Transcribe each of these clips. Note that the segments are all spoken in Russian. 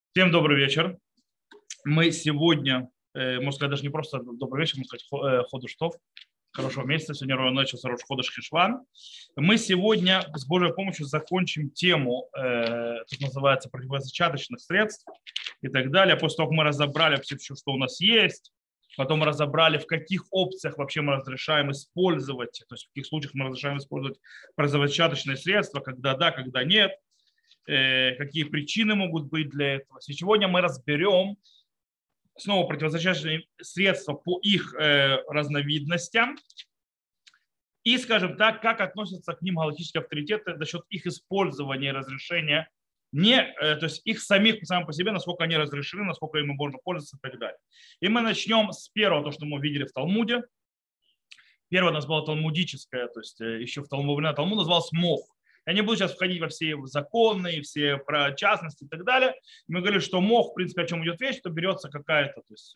Всем добрый вечер. Мы сегодня, можно сказать, даже не просто добрый вечер, можно сказать, ходыш тов, хорошего месяца. Сегодня начался Рош ходыш хешван. Мы сегодня с Божьей помощью закончим тему, так называется, противозачаточных средств и так далее. После того, как мы разобрали все, что у нас есть, потом разобрали, в каких опциях вообще мы разрешаем использовать, то есть в каких случаях мы разрешаем использовать противозачаточные средства, когда да, когда нет, какие причины могут быть для этого. Сегодня мы разберем снова противозачаточные средства по их разновидностям и, скажем так, как относятся к ним галактические авторитеты насчет их использования и разрешения, то есть их самих сами по себе, насколько они разрешены, насколько ими можно пользоваться и так далее. И мы начнем с первого, то, что мы видели в Талмуде. Первое у нас было талмудическое, то есть еще в Талмуде Талмуд назывался мох. Я не буду сейчас входить во все законы, все про частности и так далее. Мы говорили, что мох, в принципе, о чем идет речь, что берется какая-то, то есть,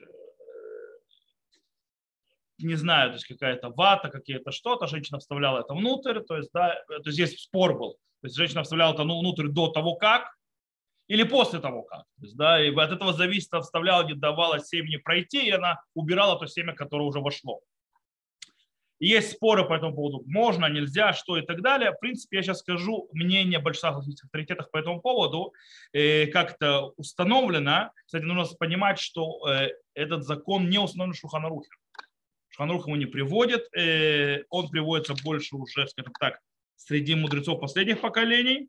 не знаю, то есть какая-то вата, какие-то что-то, женщина вставляла это внутрь, то есть, да, то есть здесь спор был. То есть женщина вставляла это внутрь до того, как, или после того, как. То есть, да, и от этого зависит, вставляла, не давала семени пройти, и она убирала то семя, которое уже вошло. Есть споры по этому поводу, можно, нельзя, что и так далее. В принципе, я сейчас скажу мнение большинства галактических авторитетов по этому поводу. Как-то установлено, кстати, нужно понимать, что этот закон не установлен в Шулхан Арухе. Шулхан Арух его не приводит, он приводится больше уже, скажем так, среди мудрецов последних поколений.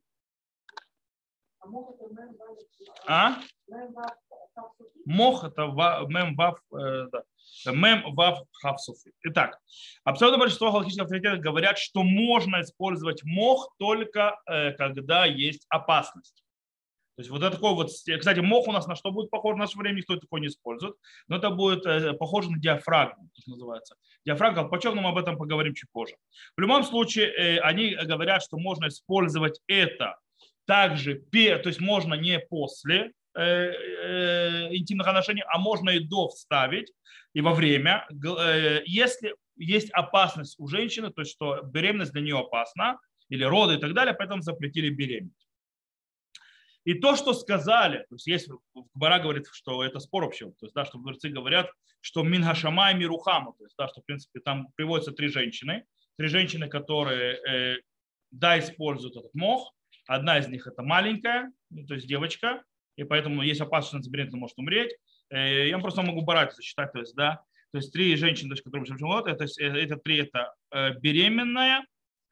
Мох это мем вав, да. Мем вав хавсуфи. Итак, абсолютно большинство галактических авторитетов говорят, что можно использовать мох только когда есть опасность. То есть вот это такой вот, кстати, мох у нас на что будет похож в наше время, никто такой не использует, но это будет похоже на диафрагму, что называется. Диафрагма, по-черному об этом поговорим чуть позже. В любом случае, они говорят, что можно использовать это также, то есть можно не после интимных отношений, а можно и до вставить, и во время, если есть опасность у женщины, то есть что беременность для нее опасна, или роды и так далее, поэтому запретили беременеть. И то, что сказали, то есть Гмара говорит, что это спор вообще, то есть, да, что мудрецы говорят, что Минхашама и Мирухама, то есть, да, что в принципе там приводятся три женщины, которые да, используют этот мох, одна из них это маленькая, то есть девочка, и поэтому есть опасность, что беременна может умереть. Я просто могу барать засчитать, то есть, да, то есть три женщины, то есть, которые это три это беременная,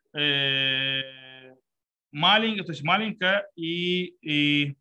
маленькая, то есть маленькая и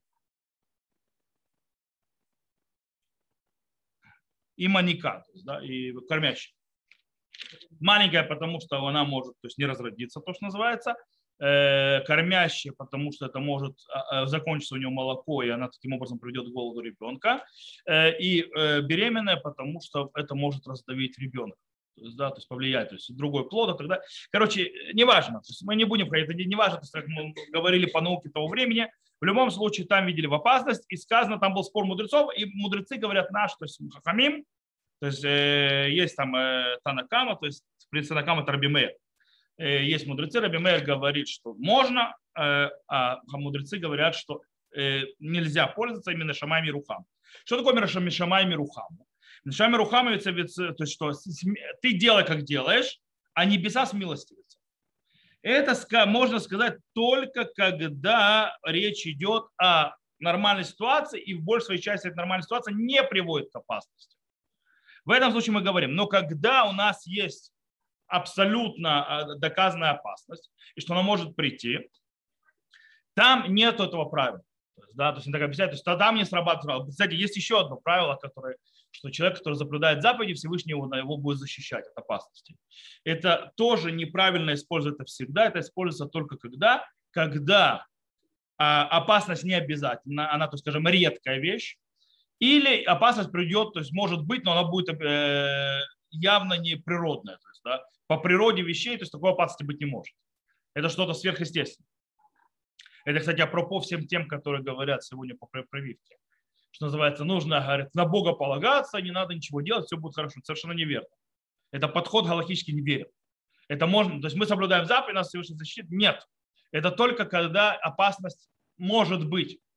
маника, то есть, да, и кормящая. Маленькая, потому что она может, то есть, не разродиться, то, что называется. Кормящая, потому что это может закончиться у нее молоко, и она таким образом приведет к голоду ребенка. И беременная, потому что это может раздавить ребенка. То есть, да, то есть повлиять, то есть другой плод, тогда, короче, неважно, то есть мы не будем ходить, это не важно, то есть, как мы говорили по науке того времени, в любом случае там видели в опасность, и сказано, там был спор мудрецов, и мудрецы говорят наш, то есть хахамим, то есть есть там Танакама, то есть в принципе Танакама это Раби Меир. Есть мудрецы, Раби Меир говорит, что можно, а мудрецы говорят, что нельзя пользоваться именно шамами рухам. Что такое шамами рухам? Шамами рухам, то есть что ты делай, как делаешь, а небеса смилостивятся. Это можно сказать только когда речь идет о нормальной ситуации, и в большей своей части эта нормальная ситуация не приводит к опасности. В этом случае мы говорим, но когда у нас есть абсолютно доказанная опасность, и что она может прийти, там нет этого правила. То есть, да, то есть, так объясняет, то есть там не срабатывает. Кстати, есть еще одно правило, что человек, который соблюдает заповеди, Всевышний его будет защищать от опасности. Это тоже неправильно используется всегда, это используется только когда опасность не обязательна, она, то есть, скажем, редкая вещь, или опасность придет, то есть может быть, но она будет явно не природная. То есть, да, по природе вещей, то есть такой опасности быть не может. Это что-то сверхъестественное. Это, кстати, апропо всем тем, которые говорят сегодня по прививке. Что называется, нужно, говорит, на Бога полагаться, не надо ничего делать, все будет хорошо. Совершенно неверно. Это подход галактически не верен. Это можно, то есть мы соблюдаем заповедь, нас Всевышний защитит. Нет. Это только когда опасность может быть.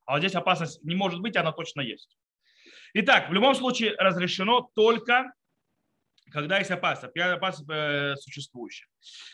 А вот здесь опасность не может быть, она точно есть. Итак, в любом случае разрешено только, когда есть опасность существующая.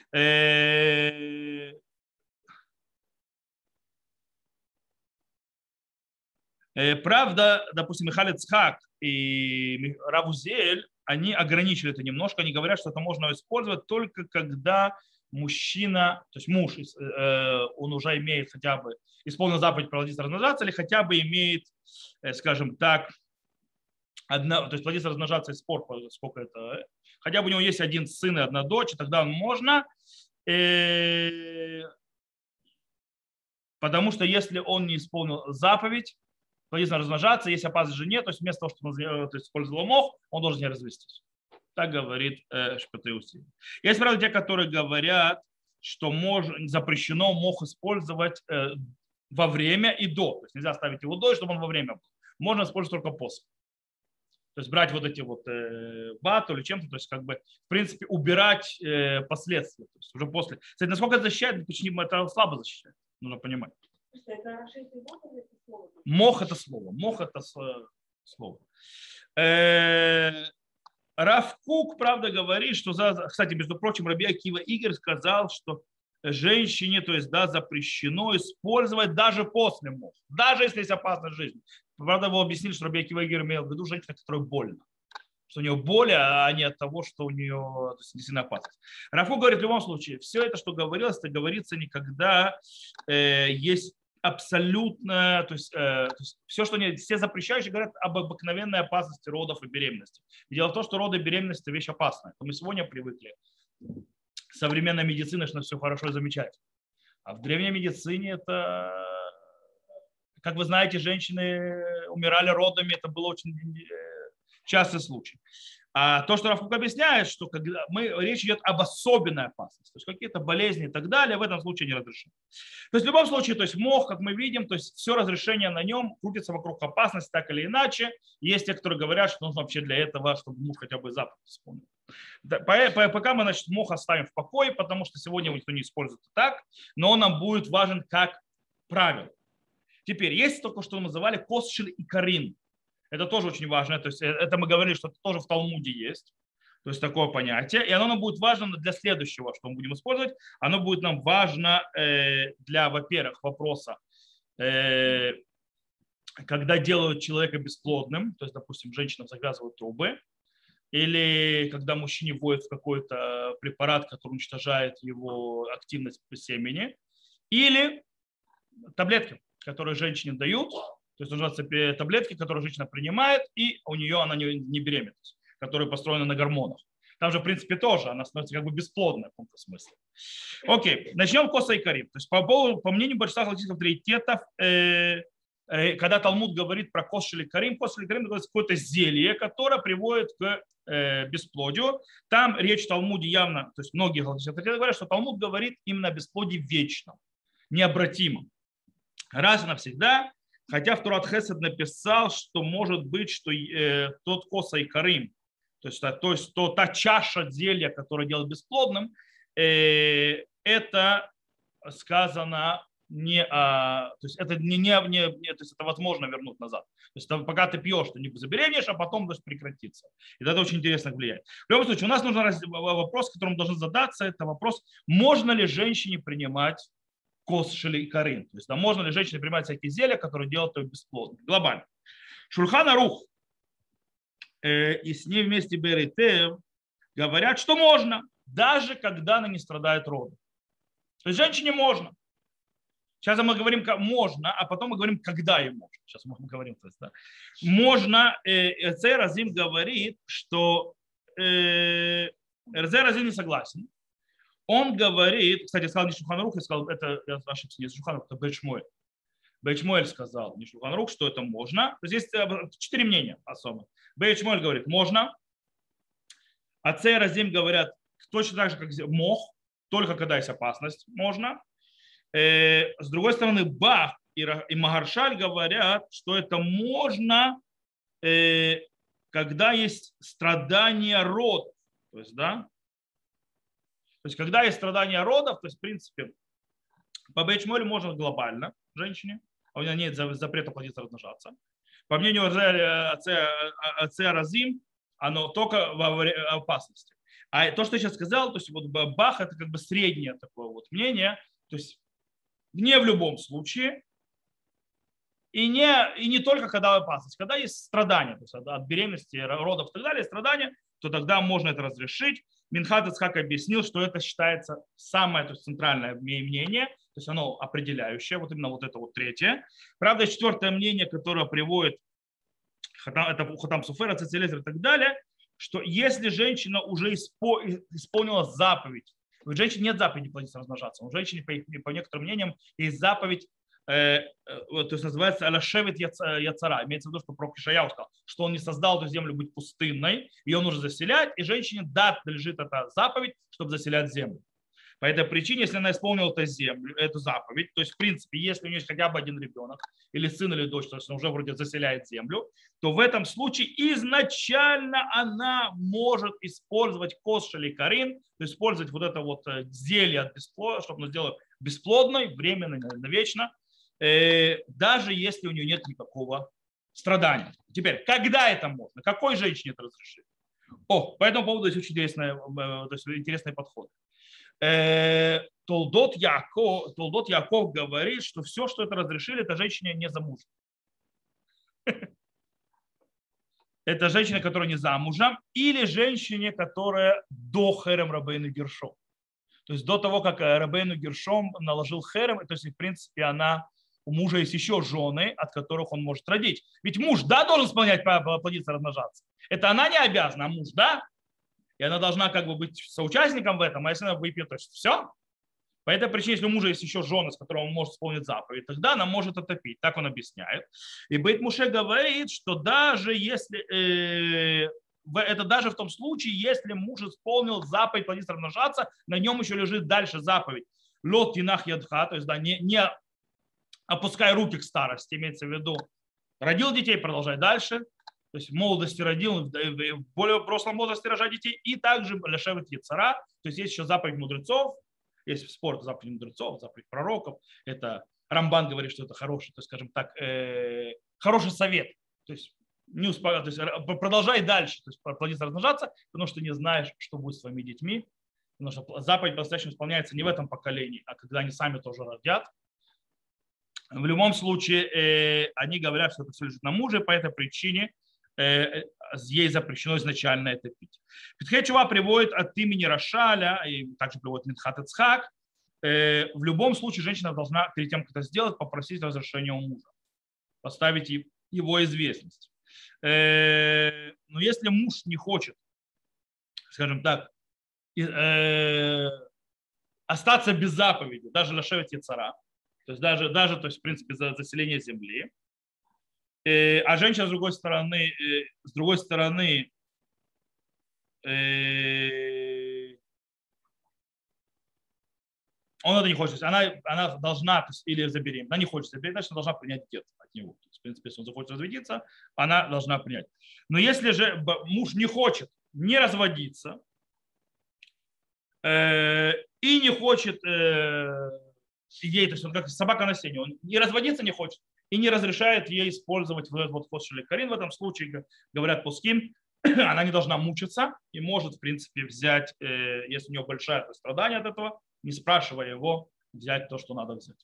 Правда, допустим, Михаил Ицхак и Равузель, они ограничили это немножко, они говорят, что это можно использовать только когда мужчина, то есть муж, он уже имеет хотя бы исполнил заповедь плодиться, размножаться, или хотя бы имеет, скажем так, то есть плодиться, размножаться и спор, сколько это, хотя бы у него есть один сын и одна дочь, тогда можно, потому что если он не исполнил заповедь, плодиться, размножаться, есть опасность жене, то есть вместо того, чтобы он использовал мох, он должен не развестись. Так говорит Шпатеуси. Есть, правда, те, которые говорят, что запрещено мох использовать во время и до. То есть нельзя ставить его до, чтобы он во время был. Можно использовать только после. То есть брать вот эти вот бату или чем-то, то есть как бы в принципе убирать последствия. То есть уже после. Кстати, насколько это защищает, это слабо защищает. Нужно понимать. Мох это слово. Мох это слово. Рав Кук, правда, говорит, что, кстати, между прочим, Раби Акива Игорь сказал, что женщине, то есть, да, запрещено использовать даже после моха, даже если есть опасность жизни. Правда, его объяснили, что Раби Акива Игорь имел в виду женщину, которой больно. Что у нее боль, а не от того, что у нее действительно опасность. Рав Кук говорит, в любом случае, все это, что говорилось, это говорится никогда есть абсолютно, то есть все, что все запрещающие говорят об обыкновенной опасности родов и беременности. И дело в том, что роды и беременность – это вещь опасная. Мы сегодня привыкли. Современная медицина, что все хорошо и замечательно. А в древней медицине это, как вы знаете, женщины умирали родами, это был очень частый случай. А то, что Рав Кук объясняет, что когда речь идет об особенной опасности, то есть какие-то болезни и так далее, в этом случае не разрешено. То есть в любом случае, то есть мох, как мы видим, то есть все разрешение на нем крутится вокруг опасности так или иначе. Есть те, которые говорят, что нужно вообще для этого, чтобы муж хотя бы заповедь вспомнил. Пока мы, значит, мох оставим в покое, потому что сегодня его никто не использует так, но он нам будет важен как правило. Теперь есть только что мы называли косшель и карин. Это тоже очень важно. То есть это мы говорили, что это тоже в Талмуде есть. То есть такое понятие. И оно нам будет важно для следующего, что мы будем использовать. Оно будет нам важно для, во-первых, вопроса, когда делают человека бесплодным, то есть, допустим, женщинам завязывают трубы, или когда мужчине вводят в какой-то препарат, который уничтожает его активность по семени, или таблетки, которые женщине дают. То есть называются таблетки, которые женщина принимает, и у нее она не беременность, которая построена на гормонах. Там же, в принципе, тоже она становится как бы бесплодной в каком-то смысле. Окей, начнем коса и карим. То есть по мнению большинства галактических авторитетов, когда Талмуд говорит про кос или карим это какое-то зелье, которое приводит к бесплодию. Там речь в Талмуде явно, то есть многие галактические авторитеты говорят, что Талмуд говорит именно о бесплодии вечном, необратимом. Раз и навсегда. Хотя в Турат Хесед написал, что может быть, что тот коса и карим, то есть та чаша зелья, которая делает бесплодным, это сказано то есть это то есть это возможно вернуть назад. То есть пока ты пьешь, ты не забеременеешь, а потом то есть, прекратится. И это очень интересно влияет. В любом случае, у нас нужен вопрос, который мы должны задаться, это вопрос, можно ли женщине принимать кос или карин. То есть да, можно ли женщине принимать всякие зелья, которые делают ее бесплодной. Глобально. Шульхан Арух и с ней вместе Беритев говорят, что можно, даже когда она не страдает родом. То есть женщине можно. Сейчас мы говорим, как можно, а потом мы говорим, когда ей можно. Сейчас мы говорим, то есть, да. Можно. Цей Разим говорит, что Цей Разим не согласен. Он говорит, кстати, сказал не Шульхан Арух, я сказал, это я ошибся, не Шульхан Арух, это Бейт Шмуэль. Бейт Шмуэль сказал, не Шульхан Арух, что это можно. То есть есть 4 мнения особо. Бейт Шмуэль говорит, можно. А Цей Разим говорят, точно так же, как мох, только когда есть опасность, можно. С другой стороны, Бах и Магаршаль говорят, что это можно, когда есть страдания родов. То есть, да, то есть, когда есть страдания родов, то есть, в принципе, по Бейт Шмуэлю можно глобально женщине, а у нее нет запрета плодиться, размножаться. По мнению отца Разим, оно только во опасности. А то, что я сейчас сказал, то есть вот Бах это как бы среднее такое вот мнение, то есть не в любом случае, и не только когда опасность, когда есть страдания, то есть от беременности, родов и так далее, страдания, то тогда можно это разрешить. Минхат Ицхак объяснил, что это считается самое, то есть центральное мнение, то есть оно определяющее, вот именно вот это вот третье. Правда, четвертое мнение, которое приводит это Хатам Суфер, Цицелезер и так далее, что если женщина уже исполнила заповедь, у женщин нет заповеди плодиться, размножаться, у женщины, по некоторым мнениям, есть заповедь, то есть называется Алашевит Яцара. Имеется в виду, что пророк Ишаяу сказал, что он не создал эту землю быть пустынной, ее нужно заселять, и женщине надлежит эта заповедь, чтобы заселять землю. По этой причине, если она исполнила эту заповедь, то есть, в принципе, если у нее есть хотя бы один ребенок, или сын, или дочь, то есть она уже вроде заселяет землю, то в этом случае изначально она может использовать кос шаликарин, то есть использовать вот это вот зелье от бесплодия, чтобы оно сделать бесплодной, временно, навечно, даже если у нее нет никакого страдания. Теперь, когда это можно? Какой женщине это разрешить? По этому поводу есть очень интересный подход. Толдот Яков говорит, что все, что это разрешили, это женщине не замужем. Это женщина, которая не замужем, или женщине, которая до херем Рабейну Гершом. То есть до того, как Рабейну Гершом наложил херем, то есть, в принципе, у мужа есть еще жены, от которых он может родить. Ведь муж, да, должен исполнять плодиться, размножаться. Это она не обязана, а муж, да. И она должна как бы быть соучастником в этом, а если она выпьет, то есть все. По этой причине, если у мужа есть еще жена, с которой он может исполнить заповедь, тогда она может это пить. Так он объясняет. И Бейт Муше говорит, что даже если это даже в том случае, если муж исполнил заповедь плодиться, размножаться, на нем еще лежит дальше заповедь лот тинах ядха, то есть да, не опускай руки к старости, имеется в виду, родил детей, продолжай дальше, то есть в молодости родил, в более взрослом возрасте рожать детей, и также лешевет яцара, то есть есть еще заповедь мудрецов, есть в спорте заповедь мудрецов, заповедь пророков, это Рамбан говорит, что это хороший, то есть, скажем так, хороший совет, то есть то есть продолжай дальше, то есть плодиться, размножаться, потому что не знаешь, что будет с твоими детьми, потому что заповедь по-настоящему исполняется не в этом поколении, а когда они сами тоже родят. В любом случае, они говорят, что это все лежит на муже, по этой причине ей запрещено изначально это пить. Питхей Чува приводит от имени Рашаля, и также приводит Минхат Ицхак. В любом случае, женщина должна перед тем, как это сделать, попросить разрешения у мужа, поставить его известность. Но если муж не хочет, скажем так, остаться без заповеди, даже лашевет яцара, то есть даже то есть, в принципе, за заселение земли, а женщина, с другой стороны, он это не хочет. Она должна, то есть, или забеременеть. Она не хочет забеременеть, значит, она должна принять детство от него. То есть, в принципе, если он захочет разводиться, она должна принять. Но если же муж не хочет не разводиться и не хочет ей, то есть он как собака на сене, он не разводиться не хочет и не разрешает ей использовать вот этот вот хос шеликарин. В этом случае, говорят пуским, она не должна мучиться и может, в принципе, взять, если у нее большое страдание от этого, не спрашивая его, взять то, что надо взять.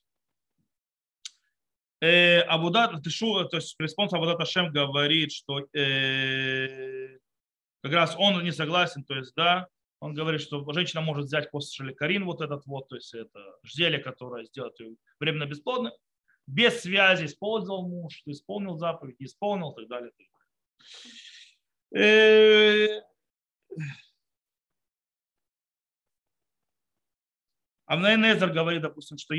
Абудат, то есть респонс Абудат Ашем говорит, что как раз он не согласен, то есть, да, он говорит, что женщина может взять кос шеликарин, вот этот вот, то есть это зелье, которое сделает ее временно бесплодной, без связи использовал муж, исполнил заповедь, не исполнил, и так далее. Амнайнезер говорит, допустим, что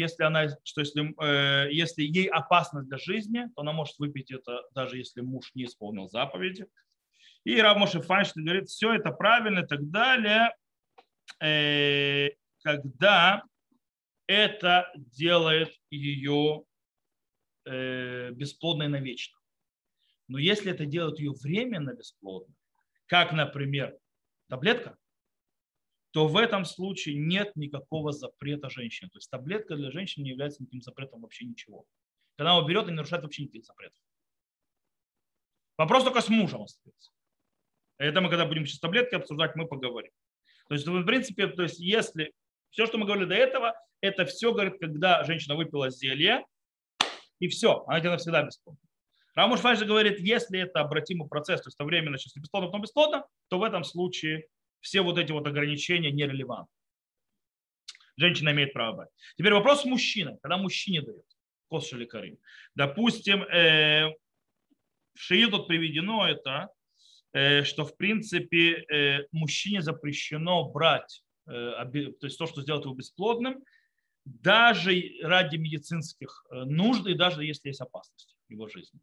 если ей опасно для жизни, то она может выпить это, даже если муж не исполнил заповеди. И Рав Моше Файнштейн говорит, все это правильно и так далее, когда это делает ее бесплодной навечно. Но если это делает ее временно бесплодной, как, например, таблетка, то в этом случае нет никакого запрета женщине. То есть таблетка для женщины не является никаким запретом вообще ничего. когда он берет и не нарушает вообще никаких запретов. Вопрос только с мужем остается. Это мы, когда будем сейчас таблетки обсуждать, мы поговорим. То есть, в принципе, то есть, если все, что мы говорили до этого, это все, говорит, когда женщина выпила зелье, и все, она тебе навсегда бесплодна. Рамуш Файш говорит, если это обратимый процесс, то есть это временно, сейчас бесплодно, потом бесплодно, то в этом случае все вот эти вот ограничения нерелевантны. Женщина имеет право брать. Теперь вопрос с мужчиной. Когда мужчине дает кос шеликарим. Допустим, в Шии тут приведено это, что в принципе мужчине запрещено брать, то есть то, что сделает его бесплодным, даже ради медицинских нужд и даже если есть опасность в его жизни.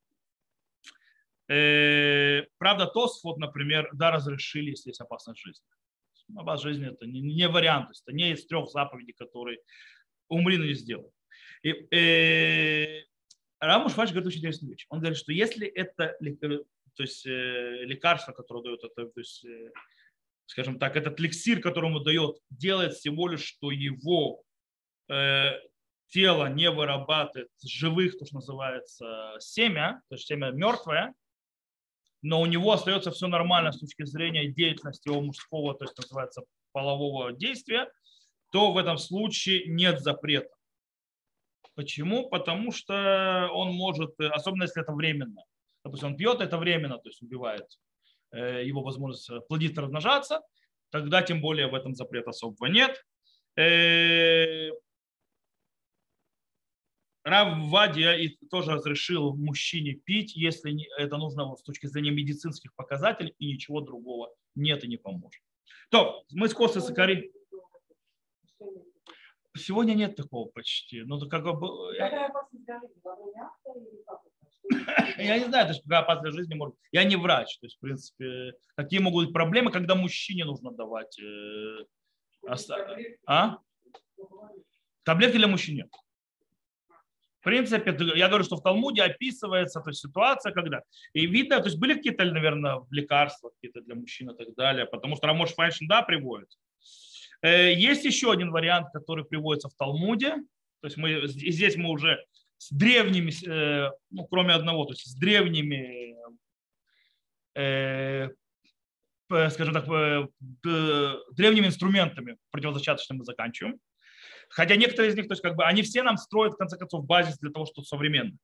Правда, Тосфот, например, да, разрешили, если есть опасность жизни. Опасность жизни это не вариант, то есть это не из 3 заповедей, которые умри, но не сделай. Рамуш Файш говорит очень интересную вещь. Он говорит, что если это то есть, лекарство, которое дает, это, то есть, скажем так, этот эликсир, который ему дает, делает всего лишь, что его тело не вырабатывает живых, то, что называется, семя, то есть семя мертвое, но у него остается все нормально с точки зрения деятельности его мужского, то есть называется полового действия, то в этом случае нет запрета. Почему? Потому что он может, особенно если это временно, допустим, он пьет, это временно, то есть убивает его возможность плодиться, размножаться, тогда тем более в этом запрета особого нет. Рав Вадия тоже разрешил мужчине пить, если это нужно с точки зрения медицинских показателей, и ничего другого нет и не поможет. То, мы с Костой Сакари. Сегодня нет такого почти. Ну, как бы... Я не знаю, то есть какая опасность жизни может. Я не врач. То есть, в принципе, какие могут быть проблемы, когда мужчине нужно давать таблетки для мужчин. В принципе, я говорю, что в Талмуде описывается то есть, ситуация, когда и видно, то есть были какие-то, наверное, лекарства какие-то для мужчин и так далее, потому что Рамош Файнштейн, да, приводит. Есть еще один вариант, который приводится в Талмуде. То есть здесь мы уже с древними, ну, кроме одного, то есть с древними, скажем так, древними инструментами противозачаточными мы заканчиваем. Хотя некоторые из них, то есть как бы они все нам строят, в конце концов, базис для того, что современно.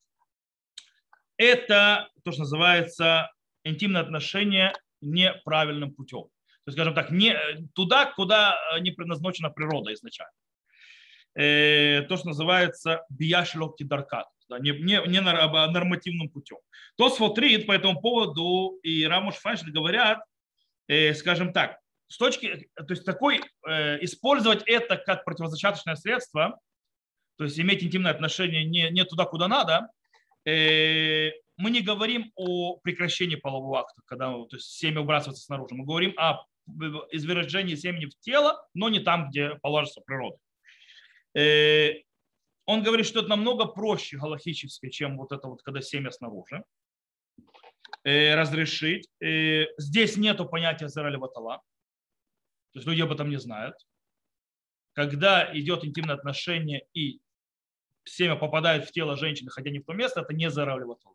Это то, что называется интимное отношение неправильным путем. То есть, скажем так, не туда, куда не предназначена природа изначально. То, что называется бияшлокти даркат, да, не нормативным путем. Тосфот Рид по этому поводу и Рамош Файнштейн говорят, скажем так, с точки, то есть такой, использовать это как противозачаточное средство, то есть иметь интимное отношение не туда, куда надо, мы не говорим о прекращении полового акта, когда то есть семя выбрасывается снаружи. Мы говорим о извержении семени в тело, но не там, где положится природа. Он говорит, что это намного проще галахически, чем вот это вот, когда семя снаружи. Разрешить. Здесь нету понятия зара леватала. То есть люди об этом не знают. Когда идет интимное отношение и семя попадает в тело женщины, хотя не в то место, это не зара леватала.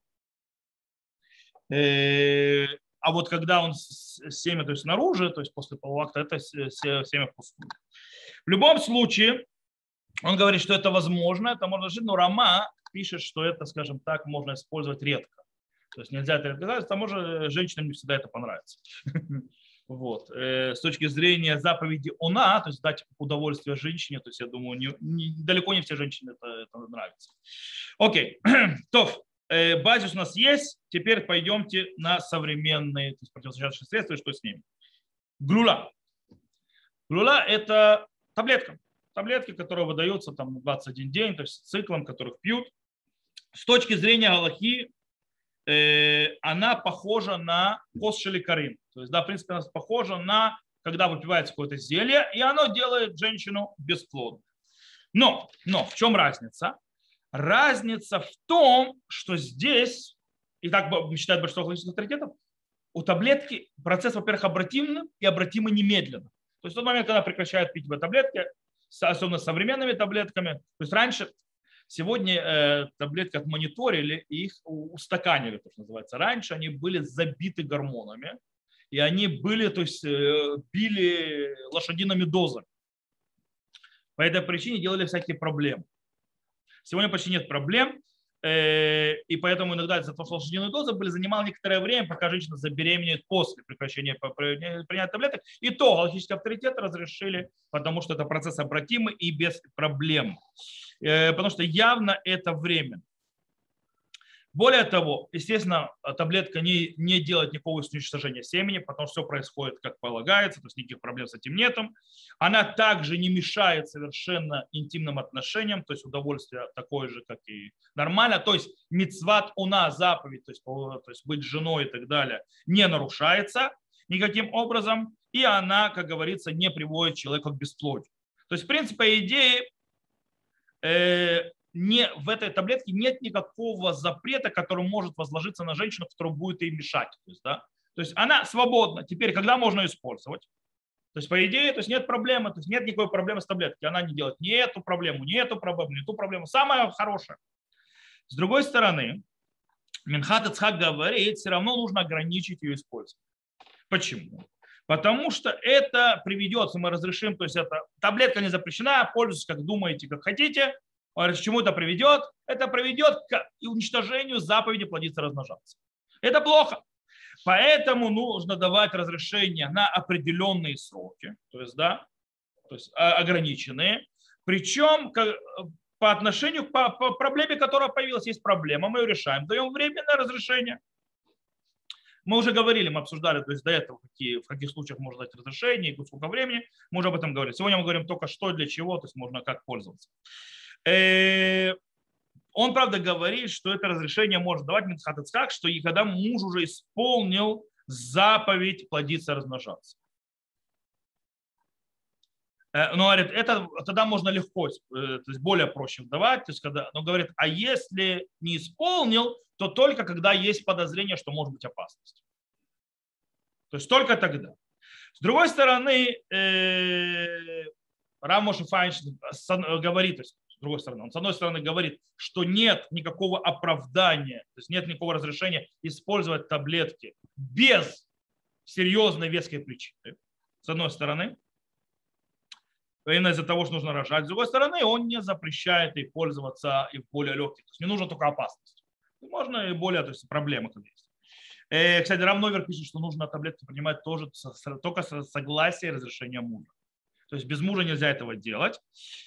А вот когда он семя, то есть снаружи, то есть после полового акта, это семя пустое. В любом случае, он говорит, что это возможно, это можно жить, но Рама пишет, что это, скажем так, можно использовать редко. То есть нельзя это реализовать, потому что женщинам не всегда это понравится. Вот. С точки зрения заповеди она, то есть дать удовольствие женщине, то есть я думаю, далеко не все женщины это нравится. Окей. То, базис у нас есть, теперь пойдемте на современные противозачаточные средства, что с ними. Глюла. Глюла – это таблетка. Таблетки, которые выдаются там на 21 день, то есть циклом, которых пьют. С точки зрения галахи, она похожа на кос шеликарим. То есть, да, в принципе, она похожа на, когда выпивается какое-то зелье, и оно делает женщину бесплодной. Но в чем разница? Разница в том, что здесь, и так считают большинство галахических авторитетов, у таблетки процесс, во-первых, обратимый и обратимый немедленно. То есть в тот момент, когда прекращают пить таблетки, особенно с современными таблетками, то есть раньше Сегодня таблетки отмониторили, их устаканили, то, что называется. Раньше они были забиты гормонами, и они были, то есть били лошадиными дозами. По этой причине делали всякие проблемы. Сегодня почти нет проблем, и поэтому иногда из-за того, что лошадиные дозы были, занимало некоторое время, пока женщина забеременеет после прекращения принятия таблеток. И то галактические авторитеты разрешили, потому что это процесс обратимый и без проблем. Потому что явно это временно. Более того, естественно, таблетка не делает никакого уничтожения семени, потому что все происходит как полагается, то есть никаких проблем с этим нету. Она также не мешает совершенно интимным отношениям, то есть удовольствие такое же, как и нормально. То есть мицват уна, заповедь, то есть быть женой и так далее, не нарушается никаким образом. И она, как говорится, не приводит человека к бесплодию. То есть, в принципе, по идее, в этой таблетке нет никакого запрета, который может возложиться на женщину, которая будет ей мешать. То есть она свободна. Теперь, когда можно ее использовать? То есть, по идее, то есть нет проблемы, то есть нет никакой проблемы с таблеткой. Она не делает ни эту проблему, ни эту проблему, ни ту проблему. Самое хорошее. С другой стороны, Минхат Ицхак говорит, все равно нужно ограничить ее использование. Почему? Потому что это приведет, если мы разрешим, то есть эта таблетка не запрещена, пользуйтесь как думаете, как хотите. К чему это приведет? Это приведет к уничтожению заповеди плодиться, размножаться. Это плохо. Поэтому нужно давать разрешение на определенные сроки, то есть ограниченные. Причем по отношению к проблеме, которая появилась, есть проблема, мы ее решаем, даем временное разрешение. Мы уже говорили, мы обсуждали, то есть до этого, в каких случаях можно дать разрешение, и сколько времени, мы уже об этом говорили. Сегодня мы говорим только что, для чего, то есть можно как пользоваться. Он, правда, говорит, что это разрешение может давать Минхат Ицхак, что и когда муж уже исполнил заповедь плодиться, размножаться. Но говорит, это тогда можно легко, то есть более проще давать. То есть но говорит, а если не исполнил, то только когда есть подозрение, что может быть опасность. То есть только тогда. С другой стороны, Рав Моше Файнштейн говорит, то есть, с другой стороны, он с одной стороны говорит, что нет никакого оправдания, то есть нет никакого разрешения использовать таблетки без серьезной веской причины. С одной стороны, именно из-за того, что нужно рожать. С другой стороны, он не запрещает ей пользоваться и в более легких. То есть не нужно только опасность. Можно и более, то есть проблемы, как есть. Кстати, Рав Новер пишет, что нужно таблетки принимать тоже только с согласия и разрешения мужа. То есть без мужа нельзя этого делать.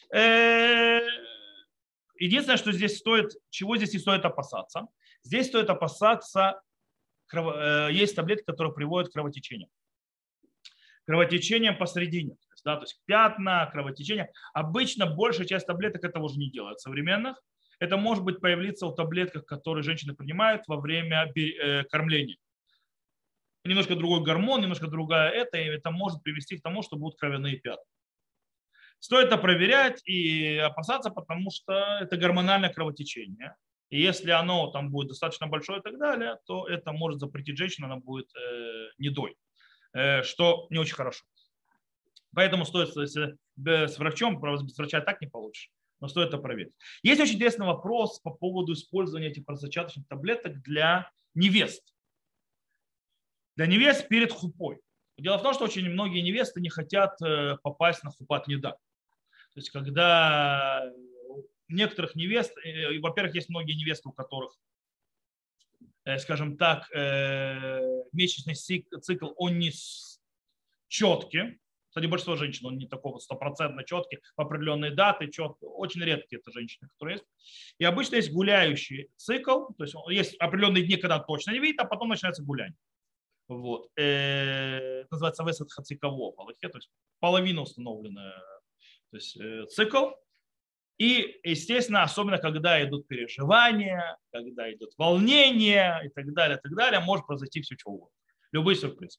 Единственное, что здесь стоит, чего здесь не стоит опасаться. Здесь стоит опасаться, есть таблетки, которые приводят к кровотечениям. Кровотечением посередине. То есть пятна, кровотечение. Обычно большая часть таблеток этого уже не делают современных. Это может быть появиться у таблетках, которые женщины принимают во время кормления. Немножко другой гормон, немножко другая и это может привести к тому, что будут кровяные пятна. Стоит это проверять и опасаться, потому что это гормональное кровотечение. И если оно там будет достаточно большое и так далее, то это может запретить женщину, она будет недой, что не очень хорошо. Поэтому стоит с врачом, без врача так не получишь, но стоит это проверить. Есть очень интересный вопрос по поводу использования этих противозачаточных таблеток для невест. Для невест перед хупой. Дело в том, что очень многие невесты не хотят попасть на хупат неда. То есть когда некоторых невест, во-первых, есть многие невесты, у которых, скажем так, месячный цикл, он не четкий. Кстати, большинство женщин, он не такого стопроцентно четкий, по определенной даты, четко. Очень редкие это женщины, которые есть. И обычно есть гуляющий цикл, то есть есть определенные дни, когда точно не видит, а потом начинается гуляние. Вот. Это называется весет хацикаво, то есть половина установленная, то есть цикл. И, естественно, особенно когда идут переживания, когда идут волнения и так далее, может произойти все что угодно. Любые сюрпризы.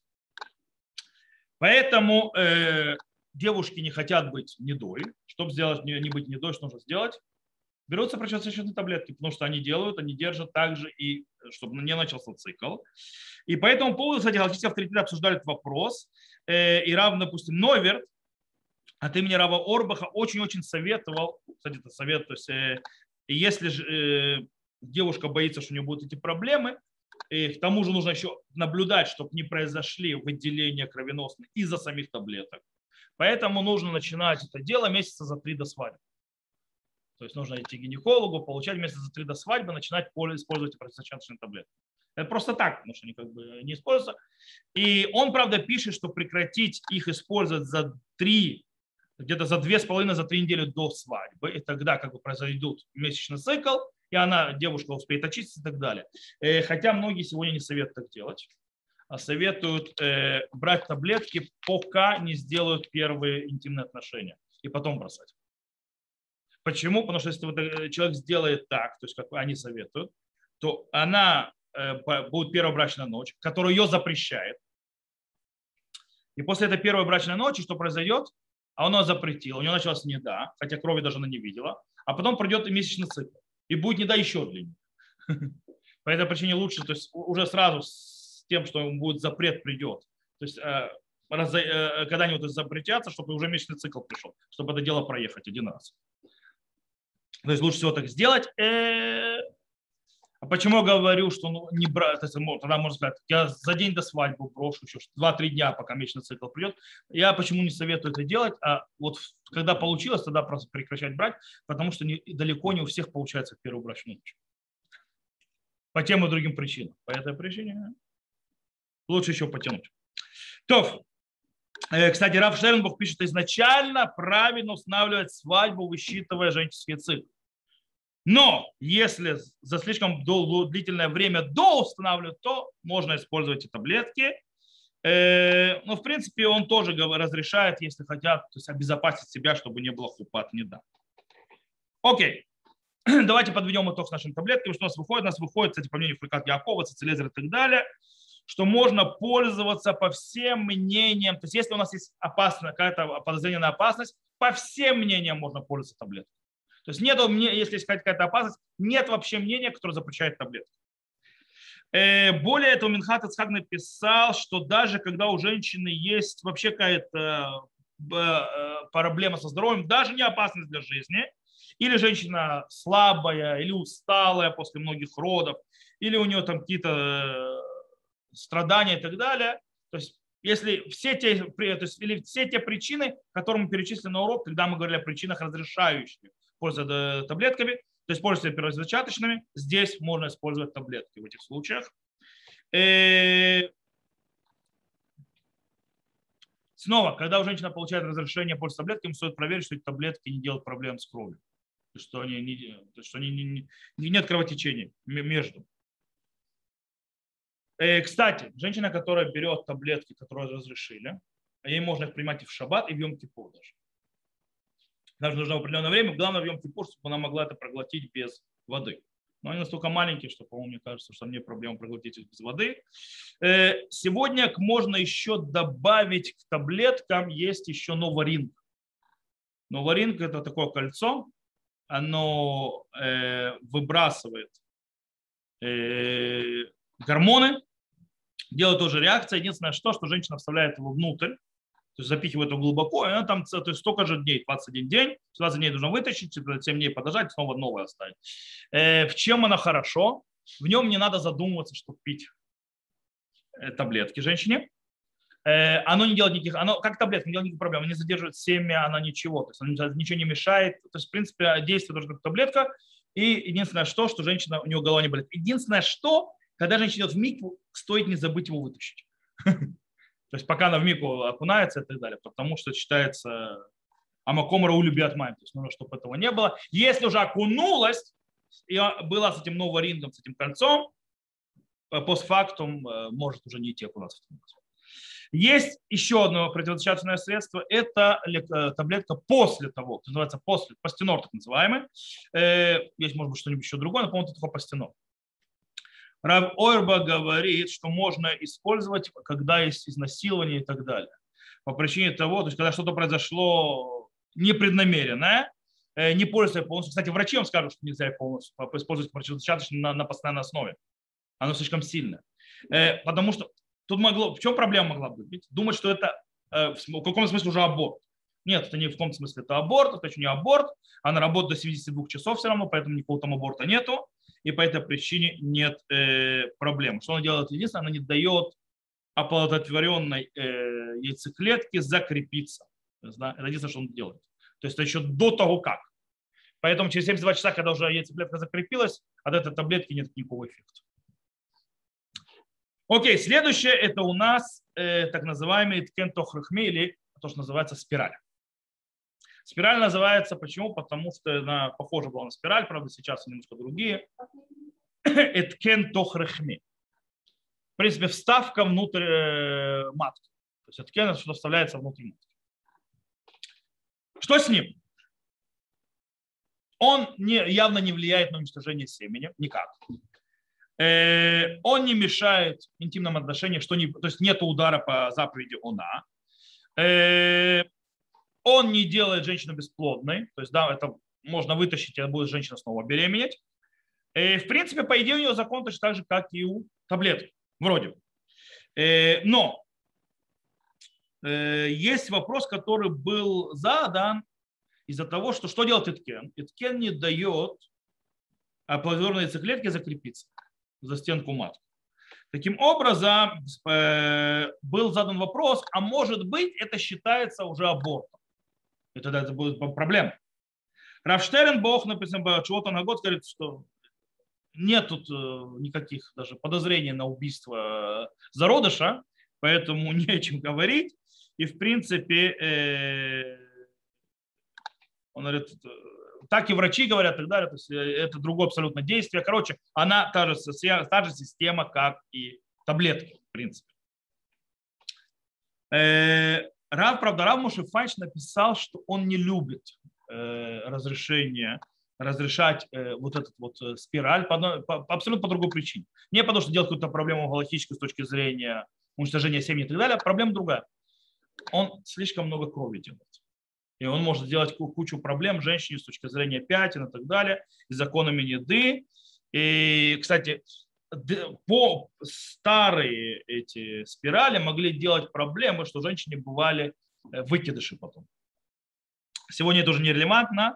Поэтому девушки не хотят быть недой. Чтобы сделать не быть недой, что нужно сделать? Берутся противозачаточные таблетки, потому что они держат также и чтобы не начался цикл. И по этому поводу, кстати, галактические авторитеты обсуждали этот вопрос. И Рав, допустим, Новерт от имени Рава Орбаха очень-очень советовал, кстати, это совет, то есть И если же девушка боится, что у нее будут эти проблемы, и к тому же нужно еще наблюдать, чтобы не произошли выделения кровеносные из-за самих таблеток. Поэтому нужно начинать это дело месяца за 3 до свадьбы. То есть нужно идти к гинекологу, получать месяца за 3 до свадьбы, начинать использовать противозачаточные таблетки. Это просто так, потому что они как бы не используются. И он, правда, пишет, что прекратить их использовать за 3, где-то за 2,5, за 3 недели до свадьбы. И тогда как бы произойдет месячный цикл, и она, девушка, успеет очиститься и так далее. Хотя многие сегодня не советуют так делать, а советуют брать таблетки, пока не сделают первые интимные отношения, и потом бросать. Почему? Потому что если человек сделает так, то есть как они советуют, то она будет первая брачная ночь, которая ее запрещает. И после этой первой брачной ночи что произойдет? А она запретила, у нее началась неда, хотя крови даже она не видела, а потом придет и месячный цикл, и будет неда еще длиннее. По этой причине лучше, то есть уже сразу с тем, что будет запрет придет, то есть когда-нибудь запретятся, чтобы уже месячный цикл пришел, чтобы это дело проехать один раз. То есть лучше всего так сделать. А почему я говорю, что не брать, тогда можно сказать, я за день до свадьбы брошу еще 2-3 дня, пока месячный цикл придет. Я почему не советую это делать, а вот когда получилось, тогда просто прекращать брать, потому что далеко не у всех получается в первую брачную ночь. По тем и другим причинам. По этой причине лучше еще потянуть. То, кстати, Рав Штернбург пишет, что изначально правильно устанавливать свадьбу, высчитывая женские циклы. Но если за слишком длительное время до устанавливать, то можно использовать эти таблетки. Но, в принципе, он тоже разрешает, если хотят, то есть обезопасить себя, чтобы не было хупат, не да. Окей. Давайте подведем итог с нашими таблетками. Что у нас выходит? У нас выходит, кстати, по мнению Фрикат Якова, Цицелезер и так далее, что можно пользоваться по всем мнениям. То есть если у нас есть какое-то подозрение на опасность, по всем мнениям можно пользоваться таблеткой. То есть нет, если есть какая-то опасность, нет вообще мнения, которое запрещает таблетки. Более того, Минхат Ицхак написал, что даже когда у женщины есть вообще какая-то проблема со здоровьем, даже не опасность для жизни, или женщина слабая, или усталая после многих родов, или у нее там какие-то страдания и так далее, то есть если все те причины, которые мы перечислили на урок, когда мы говорили о причинах, разрешающих пользоваться таблетками, то есть пользоваться первозачаточными, здесь можно использовать таблетки в этих случаях. Снова, когда у женщины получает разрешение пользоваться таблетками, стоит проверить, что эти таблетки не делают проблем с кровью, что нет кровотечения между. Кстати, женщина, которая берет таблетки, которые разрешили, ей можно их принимать и в шаббат, и в Йом-Кипур даже. Даже нужно определенное время, главное в Йом-Кипур, чтобы она могла это проглотить без воды. Но они настолько маленькие, что, по-моему, мне кажется, что нет проблем проглотить их без воды. Сегодня можно еще добавить к таблеткам, есть еще новоринг. Новоринг – это такое кольцо, оно выбрасывает гормоны, делает тоже реакция. Единственное, что женщина вставляет его внутрь, то есть запихивает его глубоко, и она там то есть столько же дней, 21 день, 20 дней нужно вытащить, 7 дней подождать, снова новое оставить. В чем она хорошо? В нем не надо задумываться, чтобы пить таблетки женщине. Оно не делает никаких, оно как таблетка, не делает никаких проблем, не задерживает семя, она ничего, то есть оно ничего не мешает. То есть, в принципе, действие тоже как таблетка. И единственное, что женщина, у нее голова не болит. Единственное, что, когда женщина идет в микву, стоит не забыть его вытащить. То есть пока она в микву окунается и так далее, потому что считается амакомара улюбят мать, то есть нужно, чтобы этого не было. Если уже окунулась и была с этим новорингом, с этим кольцом, постфактум может уже не идти окунаться. Есть еще одно противозачаточное средство, это таблетка после того, что называется пастенор, так называемый. Есть, может быть, что-нибудь еще другое, но, по-моему, это только пастенор. Рав Ойрба говорит, что можно использовать, когда есть изнасилование и так далее. По причине того, то есть когда что-то произошло непреднамеренное, не пользуясь полностью. Кстати, врачи вам скажут, что нельзя полностью использовать противозачаточное на постоянной основе. Оно слишком сильное. Потому что тут в чем проблема могла быть? Думать, что это в каком смысле уже аборт. Нет, это не в том смысле, это аборт, это еще не аборт. Она работает до 72 часов все равно, поэтому никакого там аборта нету. И по этой причине нет проблем. Что она делает? Единственное, она не дает оплодотворенной яйцеклетке закрепиться. То есть, да, это единственное, что он делает. То есть это еще до того, как. Поэтому через 72 часа, когда уже яйцеклетка закрепилась, от этой таблетки нет никакого эффекта. Окей, следующее это у нас так называемый ткентохрахми, или то, что называется спираль. Спираль называется почему? Потому что она похожа была на спираль, правда, сейчас немножко другие. Ткентохрахми. В принципе, вставка внутрь матки. То есть ткен это что вставляется внутрь матки. Что с ним? Он явно не влияет на уничтожение семени, никак. Он не мешает интимным отношениям, то есть нет удара по заповеди она. Он не делает женщину бесплодной, то есть да, это можно вытащить, и будет женщина снова беременеть. В принципе, по идее, у нее закон точно так же, как и у таблетки, вроде. Но есть вопрос, который был задан из-за того, что делает Иткен. Иткен не дает оплодотворенной яйцеклетке закрепиться за стенку матки. Таким образом, был задан вопрос, а может быть, это считается уже абортом. И тогда это будет проблема. Рав Штернбох, написано, чего-то на год, говорит, что нет тут никаких даже подозрений на убийство зародыша, поэтому не о чем говорить. И, в принципе, он говорит, так и врачи говорят, и так далее. То есть это другое абсолютно действие. Короче, она та же система, как и таблетки, в принципе. Правда, Рав Моше Файнштейн написал, что он не любит разрешать вот этот вот спираль абсолютно по другой причине. Не потому, что делать какую-то проблему галактическую с точки зрения уничтожения семьи и так далее. Проблема другая. Он слишком много крови делает. И он может сделать кучу проблем женщине с точки зрения пятен и так далее, и законами еды. И, кстати, по старые эти спирали могли делать проблемы, что женщине бывали выкидыши потом. Сегодня это уже нерелевантно.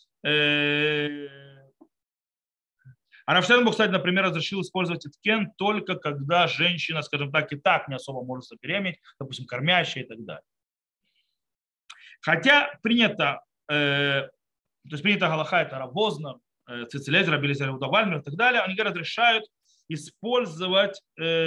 А Рав Штернбох, кстати, например, разрешил использовать иткен только когда женщина, скажем так, и так не особо может забеременеть, допустим, кормящая и так далее. Хотя принято, то есть принято галаха, это Рав Вознер, Цицилезер, Рабелезер, Удавальмер и так далее, они разрешают использовать,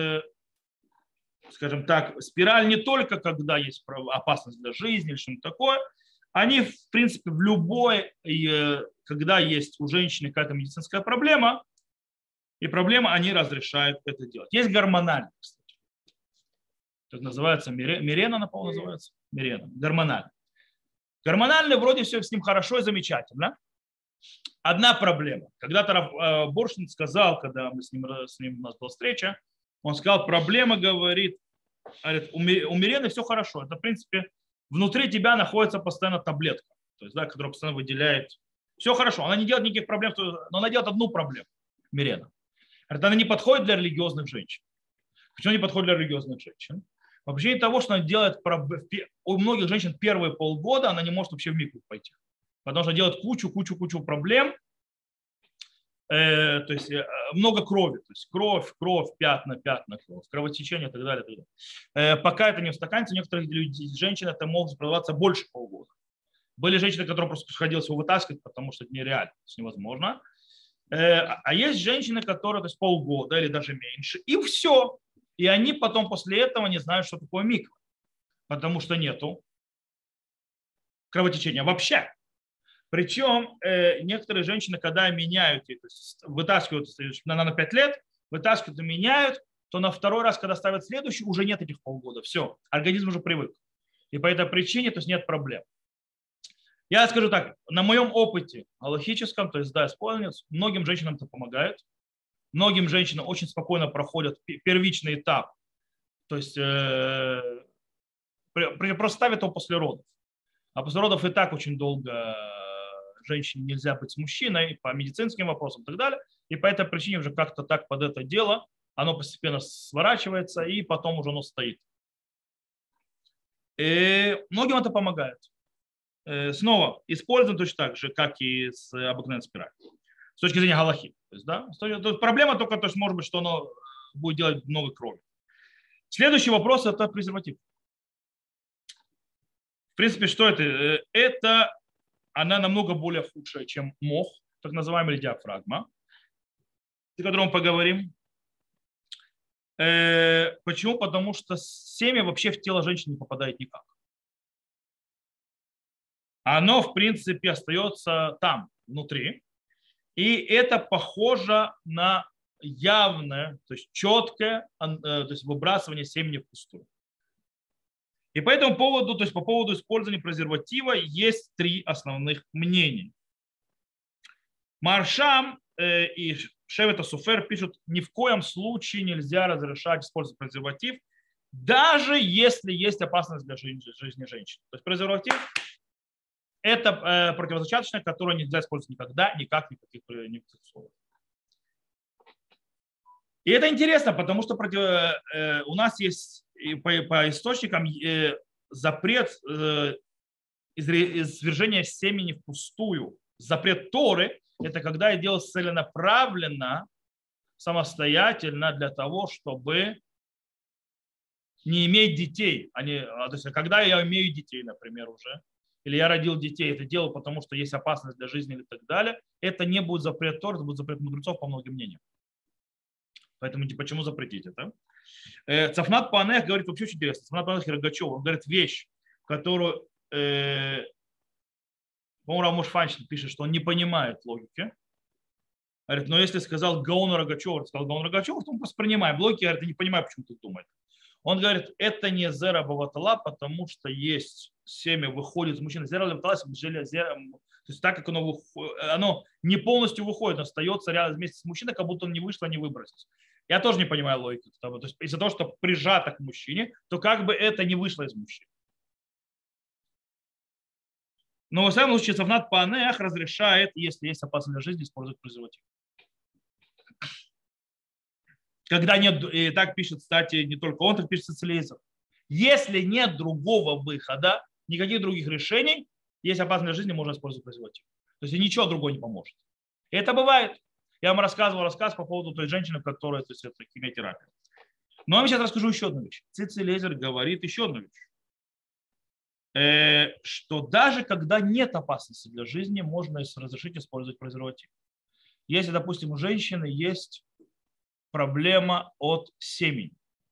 скажем так, спираль не только когда есть опасность для жизни или что-то такое, они, в принципе, в любой, когда есть у женщины какая-то медицинская проблема, и проблема, они разрешают это делать. Есть гормональная, кстати. Это называется Мирена, она, по-моему, называется. Мирена, гормональная. Гормональный вроде все с ним хорошо и замечательно. Одна проблема. Когда-то Боршин сказал, когда мы с ним у нас была встреча, он сказал, проблема, говорит, у Мирены все хорошо. Это, в принципе, внутри тебя находится постоянно таблетка, то есть, да, которая постоянно выделяет. Все хорошо, она не делает никаких проблем, но она делает одну проблему, Мирена. Она не подходит для религиозных женщин. Почему не подходит для религиозных женщин? По причине того, что она делает, у многих женщин первые полгода она не может вообще в микву пойти. Потому что делает кучу проблем, то есть много крови, то есть кровь, пятна, кровь, кровотечение и так далее. И так далее. Пока это не устаканится, у некоторых женщин это может продолжаться больше полгода. Были женщины, которые просто приходилось его вытаскивать, потому что это нереально, это невозможно. А есть женщины, которые, то есть полгода или даже меньше, и все. И они потом после этого не знают, что такое миква, потому что нету кровотечения вообще. Причем некоторые женщины, когда меняют, то есть вытаскивают на 5 лет, вытаскивают и меняют, то на второй раз, когда ставят следующий, уже нет этих полгода. Все, организм уже привык. И по этой причине, то есть нет проблем. Я скажу так, на моем опыте галахическом, то есть да, исполнец, многим женщинам это помогает. Многим женщинам очень спокойно проходят первичный этап, то есть просто ставят его после родов. А после родов и так очень долго женщине нельзя быть с мужчиной по медицинским вопросам и так далее. И по этой причине уже как-то так под это дело оно постепенно сворачивается и потом уже оно стоит. И многим это помогает. снова используем точно так же, как и с обыкновенной спиралью. С точки зрения галахи. То есть, да, проблема только, то есть, может быть, что оно будет делать много крови. Следующий вопрос – это презерватив. В принципе, что это? Это она намного более худшая, чем мох, так называемый, или диафрагма, о котором мы поговорим. Почему? Потому что семя вообще в тело женщины не попадает никак. Оно, в принципе, остается там, внутри. И это похоже на явное, то есть четкое то есть выбрасывание семени впустую. И по этому поводу, то есть по поводу использования презерватива есть три основных мнения. Маршам и Шевет Суфер пишут, ни в коем случае нельзя разрешать использовать презерватив, даже если есть опасность для жизни женщины. То есть презерватив – это противозачаточное, которое нельзя использовать никогда, никак, никаких условиях. И это интересно, потому что у нас есть по источникам запрет извержения семени впустую. Запрет Торы – это когда я делаю целенаправленно, самостоятельно для того, чтобы не иметь детей. То есть, когда я имею детей, например, уже, или я родил детей, это делаю, потому что есть опасность для жизни и так далее, это не будет запрет Торы, это будет запрет мудрецов по многим мнениям. Поэтому почему запретить это? Цафнат Панех говорит вообще очень интересно. Цафнат Панех и Рогачев, он говорит вещь, которую по-моему, Рамуш Фанчин пишет, что он не понимает логики. Говорит, но если сказал Гаону Рогачеву, сказал Гаону Рогачеву, то мы просто принимаем логику. Говорит, я не понимаю, почему ты думаешь. Он говорит, это не зера баватала, потому что есть семя выходит из мужчины. Зера баватала, то есть так как оно не полностью выходит, остается рядом вместе с мужчиной, как будто он не вышло, не выбросится. Я тоже не понимаю логики. То есть из-за того, что прижато к мужчине, то как бы это не вышло из мужчины. Но в самом случае Цафнат Панех разрешает, если есть опасность для жизни, использовать презерватив. Когда нет, и так пишет, кстати, не только он, так пишет Социализм. Если нет другого выхода, никаких других решений, есть опасность для жизни, можно использовать презерватив. То есть ничего другого не поможет. И это бывает. Я вам рассказывал рассказ по поводу той женщины, которая, то есть, это химиотерапия. Но я вам сейчас расскажу еще одну вещь. Цицилезер говорит еще одну вещь. Что даже когда нет опасности для жизни, можно разрешить использовать презерватив. Если, допустим, у женщины есть проблема от семени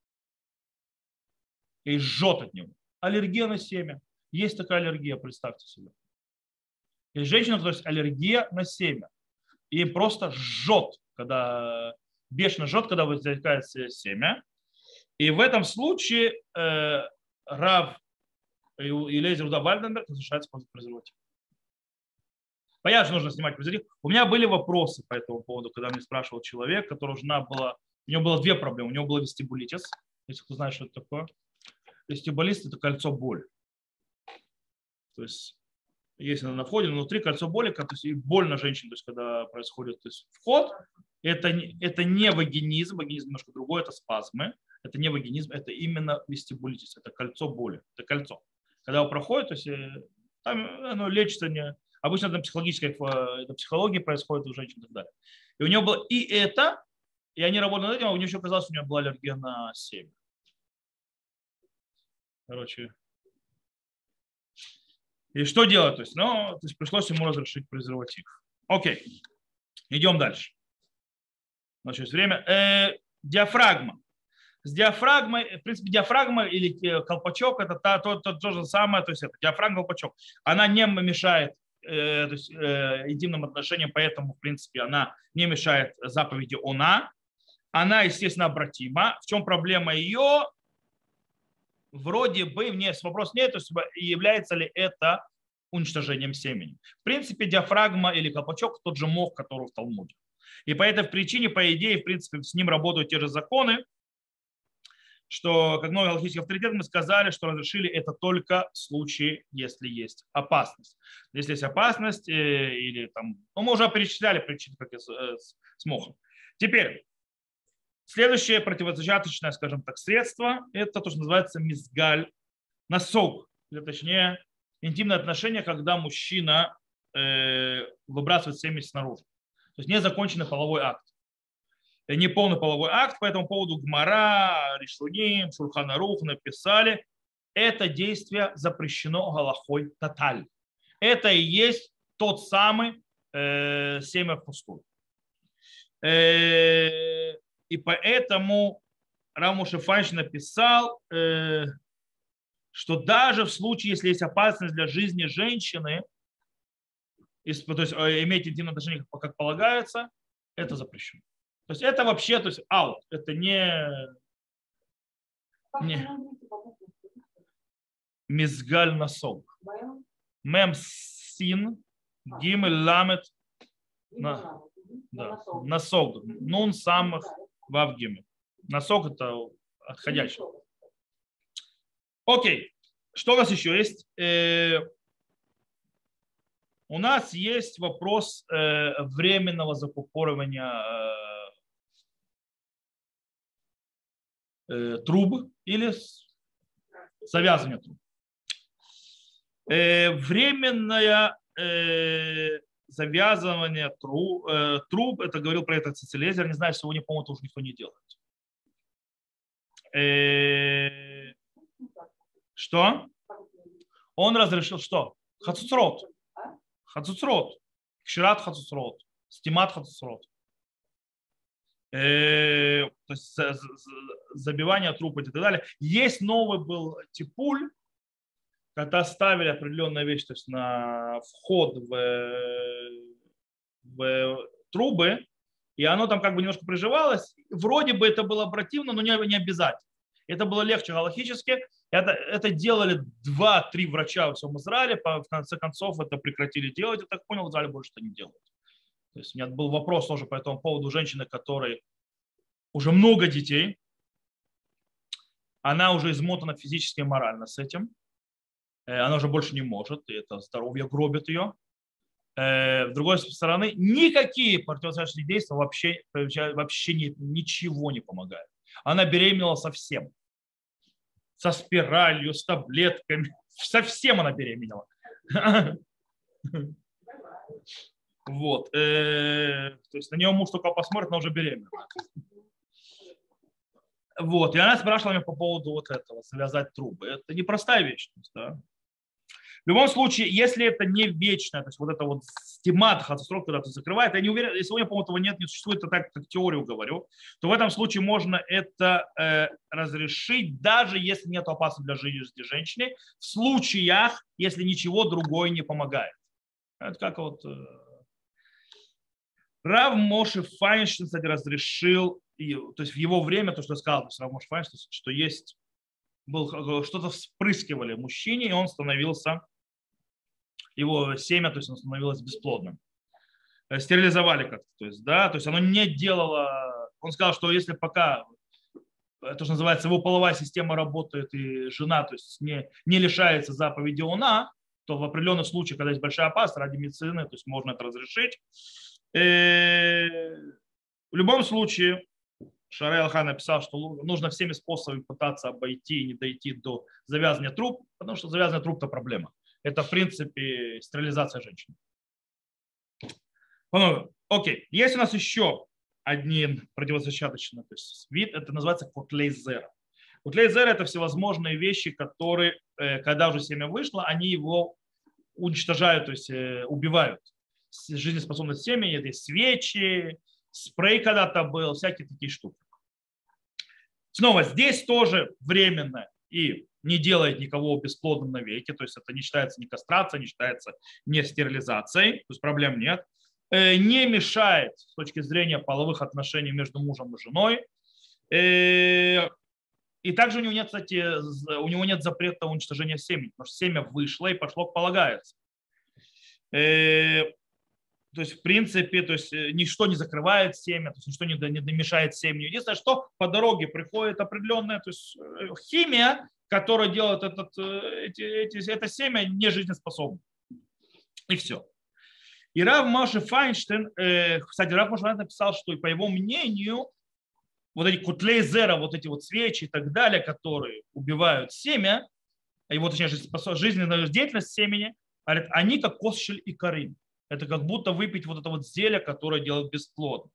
и жжет от него, аллергия на семя. Есть такая аллергия, представьте себе. Есть женщина, то есть аллергия на семя. И просто жжет, когда бешено жжет, когда возникает семя. И в этом случае Рав Элиэзер Иуда Вальденберг разрешает использовать презерватив. Понятно, что нужно снимать презерватив. У меня были вопросы по этому поводу, когда мне спрашивал человек, которого жена была, у него было две проблемы. У него был вестибулитис, если кто знает, что это такое. Вестибулитис – это кольцо боли. То есть, если на входе, внутри кольцо боли, то есть и боль на женщине, то есть когда происходит то есть, вход, это не вагинизм, вагинизм немножко другой, это спазмы. Это не вагинизм, это именно вестибулитис, это кольцо боли, это кольцо. Когда он проходит, то есть там оно лечится не... Обычно это психологии происходит у женщин и так далее. И у него было и это, и они работали над этим, а у нее еще оказалось, что у нее была аллергия на семя. Короче. И что делать? То есть пришлось ему разрешить презерватив. Окей. Идем дальше. Значит, время. Диафрагма. С диафрагмой, в принципе, диафрагма или колпачок, это то же самое, то есть это диафрагма, колпачок. Она не мешает то есть, интимным отношениям, поэтому, в принципе, она не мешает заповеди она. Она, естественно, обратима. В чем проблема ее? Вроде бы, вопрос нет, то есть является ли это уничтожением семени. В принципе, диафрагма или колпачок тот же мох, который в Талмуде. И по этой причине, по идее, в принципе, с ним работают те же законы, что, как много галахических авторитетов, мы сказали, что разрешили это только в случае, если есть опасность. Если есть опасность, или там, мы уже перечисляли причины, как с мохом. Теперь, следующее противозачаточное, скажем так, средство, это то, что называется мизгаль, носок, или точнее интимные отношения, когда мужчина выбрасывает семя снаружи. То есть незаконченный половой акт. Неполный половой акт, по этому поводу Гмара, Ришуним, Шулхан Арух написали, это действие запрещено галахой тоталь. Это и есть тот самый семя впустую. И поэтому Рав Моше Файнштейн написал, что даже в случае, если есть опасность для жизни женщины, то есть иметь интимные отношения, как полагается, это запрещено. То есть это вообще, то есть out, это не мизгаль насог. Мем син гимель ламет насог. Нун самых вав гимель. Насог это отходящий. Окей. Что у нас еще есть? У нас есть вопрос временного закупоривания труб или завязывания труб. Временное завязывание труб, это говорил про это Цицилезер, не знаю, сегодня, по-моему, это уже никто не делает. Что? Он разрешил что? Хацуцрот. Хацуцрот. Кшират хацуцрот. Стимат хацуцрот. То есть забивание трупа и так далее. Есть новый был типуль, когда ставили определенную вещь, то есть на вход в трубы, и оно там как бы немножко приживалось. Вроде бы это было противно, но не обязательно. Это было легче галахически. Это делали 2-3 врача во всем Израиле. В конце концов это прекратили делать. Я так понял, в Израиле больше это не делают. То есть у меня был вопрос тоже по этому поводу женщины, которой уже много детей. Она уже измотана физически и морально с этим. Она уже больше не может, и это здоровье гробит ее. С другой стороны, никакие противозачаточные действия вообще ничего не помогают. Она беременела совсем. Со спиралью, с таблетками. Совсем она беременела. Вот. То есть на нее муж только посмотрит, она уже беременна. Вот. И она спрашивала меня по поводу вот этого, связать трубы. Это непростая вещь. Да? В любом случае, если это не вечное, то есть вот это вот стимат, хацусрот, когда ты закрывает, я не уверен, если сегодня, по-моему, этого нет, не существует, это так, как теорию говорю, то в этом случае можно это разрешить, даже если нет опасности для жизни женщины, в случаях, если ничего другое не помогает. Это как вот Рав Моше Файнштейн, кстати, разрешил, то есть в его время, то, что я сказал, то есть Рав Моше Файнштейн, что есть, что-то вспрыскивали мужчине, и он становился, его семя, то есть оно становилось бесплодным. Стерилизовали как-то, то есть, да, то есть оно не делало, он сказал, что если пока, это же называется, его половая система работает, и жена, то есть не лишается заповеди она, то в определенных случаях, когда есть большая опасность ради медицины, то есть можно это разрешить. В любом случае, Шарей Алхан написал, что нужно всеми способами пытаться обойти и не дойти до завязывания труб, потому что завязывание труб – это проблема. Это, в принципе, стерилизация женщин. Окей. Есть у нас еще один противозачаточный вид, это называется котлей зера. Котлей зера – это всевозможные вещи, которые, когда уже семя вышло, они его уничтожают, то есть убивают. Жизнеспособность семени, это свечи, спрей когда-то был, всякие такие штуки. Снова, здесь тоже временно и не делает никого бесплодным навеки, то есть это не считается ни кастрацией, не считается ни стерилизацией, то есть проблем нет. Не мешает с точки зрения половых отношений между мужем и женой. И также у него нет, кстати, у него нет запрета уничтожения семени, потому что семя вышло и пошло, как полагается. То есть, в принципе, то есть, ничто не закрывает семя, то есть, ничто не мешает семени. Единственное, что по дороге приходит определенная, то есть, химия, которая делает это семя нежизнеспособным. И все. И Рав Моше Файнштейн, кстати, Рав Моше Файнштейн написал, что, по его мнению, вот эти котлей зера, вот эти вот свечи и так далее, которые убивают семя, его, точнее, жизненная деятельность семени, говорит, они как косшель и карин. Это как будто выпить вот это вот зелье, которое делает бесплодным.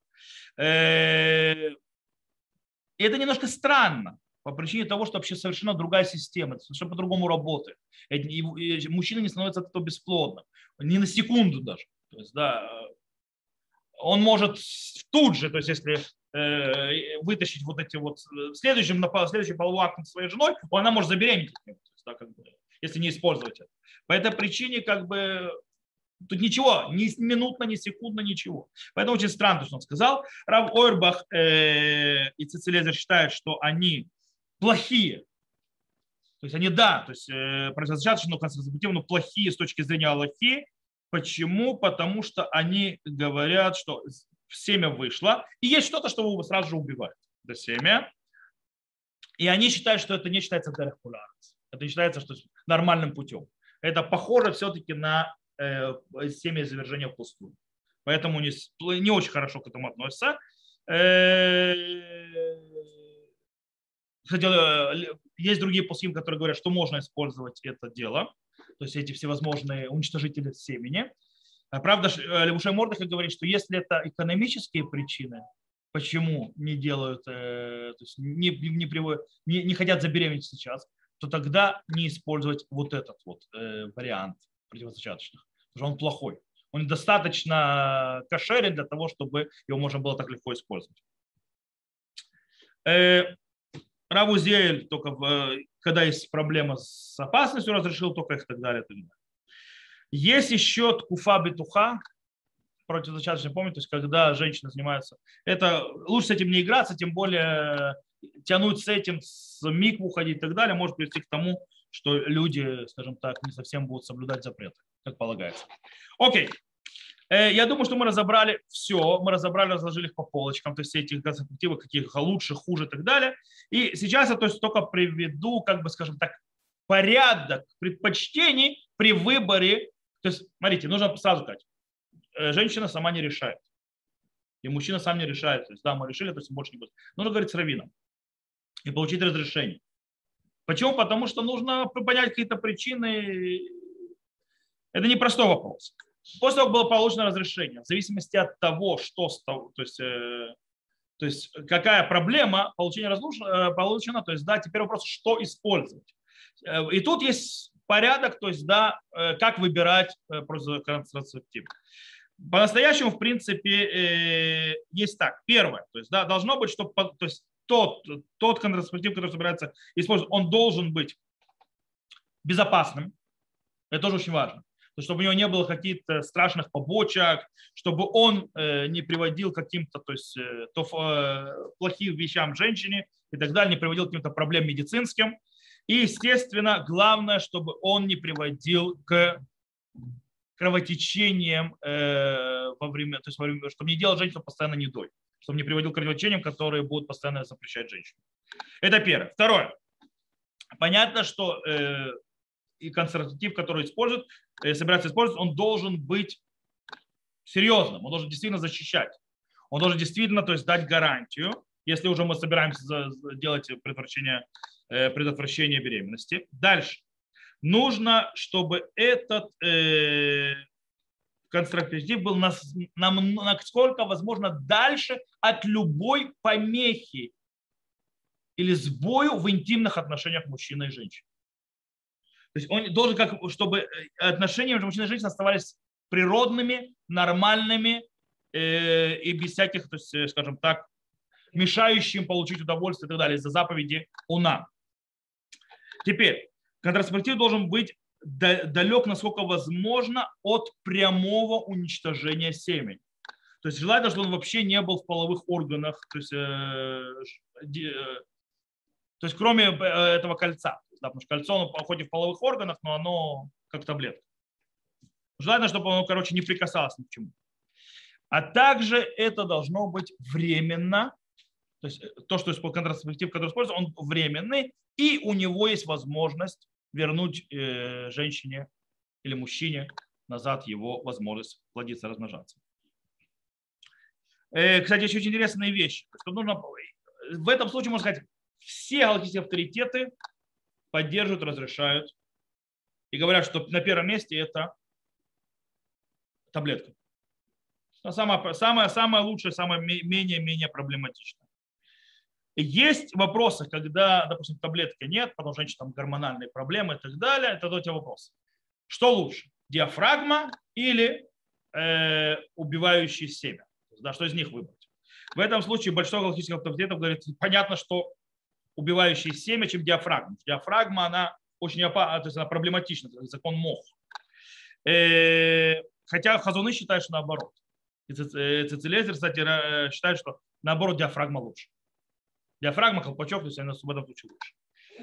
И это немножко странно по причине того, что вообще совершенно другая система, это совершенно по-другому работает. И мужчина не становится от этого бесплодным, ни на секунду даже. То есть, да, он может тут же, то есть если вытащить вот эти вот следующий половой акт своей женой, она может забеременеть от него, то есть, да, как бы, если не использовать это. По этой причине как бы тут ничего, ни минутно, ни секундно, ничего. Поэтому очень странно, что он сказал. Рав Ойрбах и Цицелезер считают, что они плохие. То есть они, да, то есть противозачаточные, но контрацептивы, но плохие с точки зрения Аллахи. Почему? Потому что они говорят, что семя вышло, и есть что-то, что его сразу же убивает. Это семя. И они считают, что это не считается дерехпулярность. Это не считается что нормальным путем. Это похоже все-таки на семя извержения впустую. Поэтому не очень хорошо к этому относятся. Кстати, есть другие пуссим, которые говорят, что можно использовать это дело, то есть эти всевозможные уничтожители семени. Правда, Левушай Мордехай говорит, что если это экономические причины, почему не делают, то есть не хотят забеременеть сейчас, то тогда не использовать вот этот вот вариант противозачаточных, потому что он плохой. Он достаточно кошерен для того, чтобы его можно было так легко использовать. Рав Узиэль только когда есть проблема с опасностью, разрешил только их и так далее. И так далее. Есть еще ткуфа битуха, противозачаточный, помните, то есть когда женщина занимается, это лучше с этим не играться, тем более тянуть с этим, с микву ходить и так далее, может привести к тому, что люди, скажем так, не совсем будут соблюдать запреты, как полагается. Окей. Я думаю, что мы разобрали все, мы разложили их по полочкам, то есть эти концептивы, каких лучше, хуже и так далее. И сейчас я то есть, только приведу, как бы, скажем так, порядок предпочтений при выборе. То есть, смотрите, нужно сразу сказать, женщина сама не решает, и мужчина сам не решает. То есть, да, мы решили, то есть больше не будет. Нужно говорить с раввином и получить разрешение. Почему? Потому что нужно понять какие-то причины. Это непростой вопрос. После того, как было получено разрешение, в зависимости от того, что, то есть какая проблема получения получена, то есть, да, теперь вопрос, что использовать. И тут есть порядок, то есть, да, как выбирать контрацептив. По-настоящему, в принципе, есть так. Первое, то есть, да, должно быть, что то есть, тот контрацептив, который собирается использовать, он должен быть безопасным. Это тоже очень важно. Чтобы у него не было каких-то страшных побочек, чтобы он не приводил к каким-то то есть, плохим вещам женщине и так далее, не приводил к каким-то проблемам медицинским. И, естественно, главное, чтобы он не приводил к кровотечениям во время, то есть, чтобы не делал женщину постоянно недой, чтобы не приводил к кровотечениям, которые будут постоянно запрещать женщину. Это первое. Второе. Понятно, что и консерватив, который использует, собирается использовать, он должен быть серьезным, он должен действительно защищать. Он должен действительно, то есть, дать гарантию, если уже мы собираемся делать предотвращение беременности. Дальше. Нужно, чтобы этот конструктив был насколько возможно дальше от любой помехи или сбою в интимных отношениях мужчины и женщины. То есть он должен, чтобы отношения между мужчиной и женщиной оставались природными, нормальными и без всяких, то есть, скажем так, мешающим получить удовольствие и так далее из-за заповеди уна. Теперь, контрацептив должен быть далек, насколько возможно, от прямого уничтожения семени. То есть желательно, чтобы он вообще не был в половых органах, то есть кроме этого кольца. Да, потому что кольцо, оно хоть и в половых органах, но оно как таблетка. Желательно, чтобы оно, короче, не прикасалось ни к чему. А также это должно быть временно. То есть то, что контрацептив, который используется, он временный, и у него есть возможность вернуть женщине или мужчине назад его возможность плодиться, размножаться. Кстати, еще очень интересные вещи. Что нужно, в этом случае, можно сказать, все галактические авторитеты поддерживают, разрешают и говорят, что на первом месте это таблетка. Самое лучшее, самое менее проблематичное. Есть вопросы, когда, допустим, таблетки нет, потому что там гормональные проблемы и так далее. Это эти вопросы. Что лучше? Диафрагма или убивающий семя? Да, что из них выбрать? В этом случае большинство галактических авторитетов говорит, понятно, что убивающий семя, чем диафрагма. Диафрагма, она очень опасна, то есть она проблематична, закон Мох. Хотя Хазуны считают, что наоборот. И Цицилезер, кстати, считает, что наоборот диафрагма лучше. Диафрагма, колпачок, то есть она в этом случае лучше.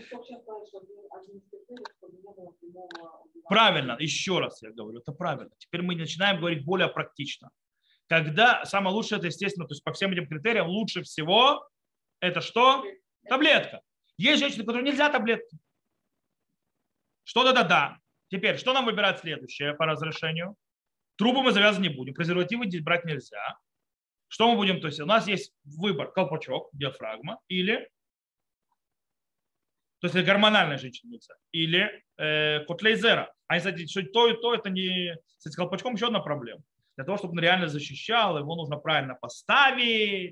Правильно, еще раз я говорю, это правильно. Теперь мы начинаем говорить более практично. Когда самое лучшее, это естественно, то есть по всем этим критериям лучше всего это что? Таблетка. Есть женщины, которым нельзя таблетки. Что да. Теперь, что нам выбирать следующее по разрешению? Трубы мы завязывать не будем, презервативы здесь брать нельзя. Что мы будем? То есть у нас есть выбор колпачок, диафрагма или, то есть гормональная женщина, или котлейзера. А кстати, что то и то, это не... Кстати, с колпачком еще одна проблема. Для того, чтобы он реально защищал, его нужно правильно поставить.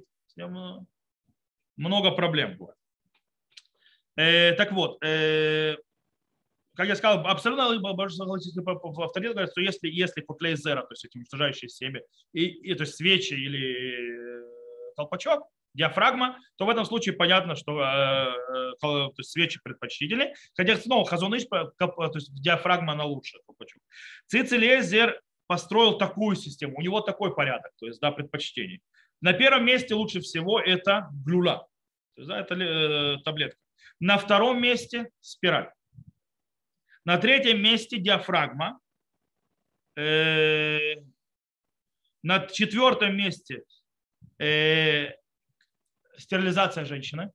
Много проблем будет. Так вот, как я сказал, абсолютно авторитет говорит, что если котлейзера, то есть эти уничтожающие семя, то есть свечи или колпачок, диафрагма, то в этом случае понятно, что то есть свечи предпочтительны. Хотя снова Хазуныш, то есть диафрагма она лучше. Цицилезер построил такую систему, у него такой порядок, то есть да, предпочтений. На первом месте лучше всего это глюла, то есть, да, это таблетка. На втором месте спираль. На третьем месте диафрагма. На четвертом месте стерилизация женщины.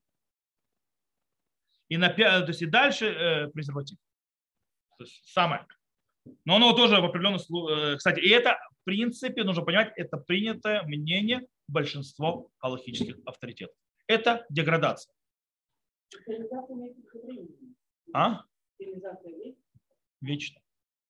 И, то есть, и дальше презерватив. То есть самое. Но оно тоже в определенном... Кстати, и это, в принципе, нужно понимать, это принятое мнение большинства галактических авторитетов. Это деградация. А? Вечно.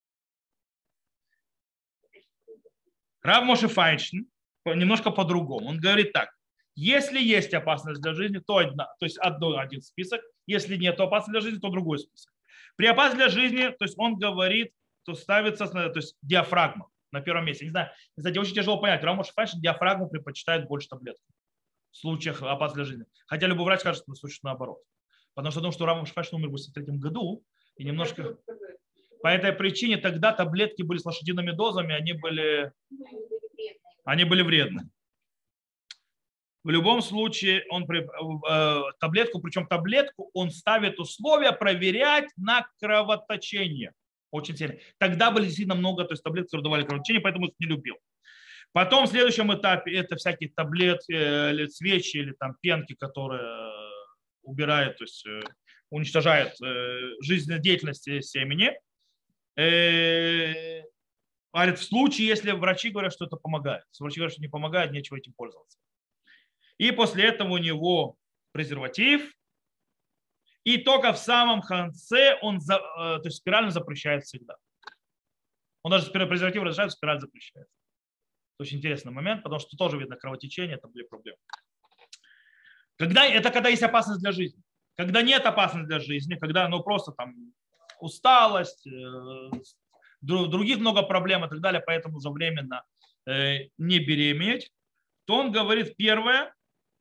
Рав Моше Файнштейн немножко по-другому. Он говорит так. Если есть опасность для жизни, то есть один список. Если нет опасности для жизни, то другой список. При опасности для жизни, то есть он говорит, то ставится, то есть диафрагма на первом месте. Не знаю, кстати, очень тяжело понять. Рав Моше Файнштейн диафрагму предпочитает больше таблеток в случаях опасности для жизни. Хотя любой врач скажет, что случае наоборот. Потому что я думаю, что Рав Моше Файнштейн умер в 1983 году. И немножко... По этой причине тогда таблетки были с лошадиными дозами, они были вредны. В любом случае, таблетку, причем таблетку он ставит условия проверять на кровоточение. Очень сильно. Тогда были действительно много, то есть таблетки, которые давали кровоточение, поэтому их не любил. Потом в следующем этапе это всякие таблетки, или свечи, или там пенки, которые убирают, то есть уничтожают жизнедеятельность семени. Говорит, в случае, если врачи говорят, что это помогает. Если врачи говорят, что не помогает, нечего этим пользоваться. И после этого у него презерватив. И только в самом конце он то есть спирально запрещает всегда. Он даже презерватив разрешает, спираль запрещает. Очень интересный момент, потому что тоже видно кровотечение, это были проблемы. Когда есть опасность для жизни. Когда нет опасности для жизни, когда просто там усталость, других много проблем и так далее, поэтому забеременна не беременеть, то он говорит, первое,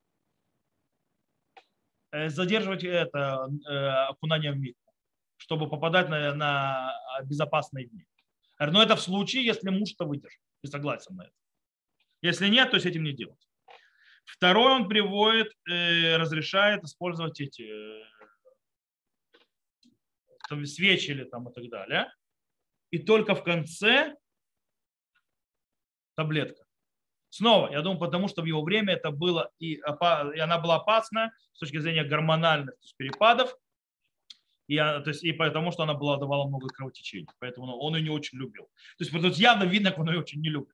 задерживать это окунание в микву, чтобы попадать на безопасные дни. Но это в случае, если муж-то выдержит и согласен на это. Если нет, то с этим не делать. Второе, он приводит, разрешает использовать эти свечи или там и так далее. И только в конце таблетка. Снова, я думаю, потому что в его время это было, и она была опасна с точки зрения гормональных перепадов, и потому что она давала много кровотечений. Поэтому он ее не очень любил. То есть явно видно, как он ее очень не любит.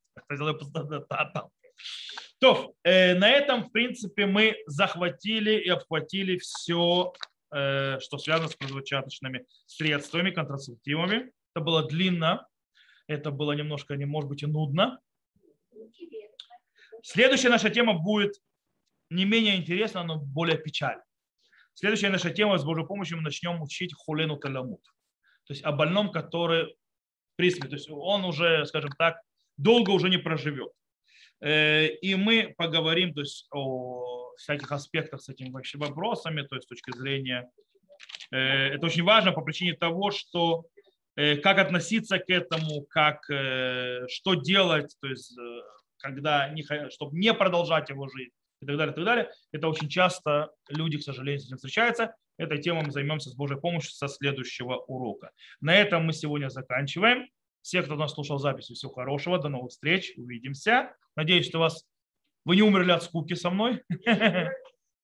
То, на этом, в принципе, мы захватили и обхватили все, что связано с противозачаточными средствами, контрацептивами. Это было длинно, это было немножко, может быть, и нудно. Следующая наша тема будет не менее интересна, но более печальна. Следующая наша тема, с Божьей помощью мы начнем учить хулену таламут. То есть о больном, который при смерти. То есть он уже, скажем так, долго уже не проживет. И мы поговорим, то есть, о всяких аспектах с этими вопросами, то есть с точки зрения, это очень важно по причине того, что как относиться к этому, как, что делать, то есть когда чтобы не продолжать его жизнь и так далее, и так далее. Это очень часто люди, к сожалению, с этим встречаются. Этой темой мы займемся с Божьей помощью со следующего урока. На этом мы сегодня заканчиваем. Все, кто нас слушал запись, всего хорошего, до новых встреч, увидимся. Надеюсь, что вы не умерли от скуки со мной.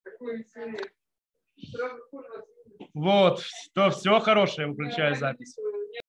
Вот, то все хорошее, выключаю запись.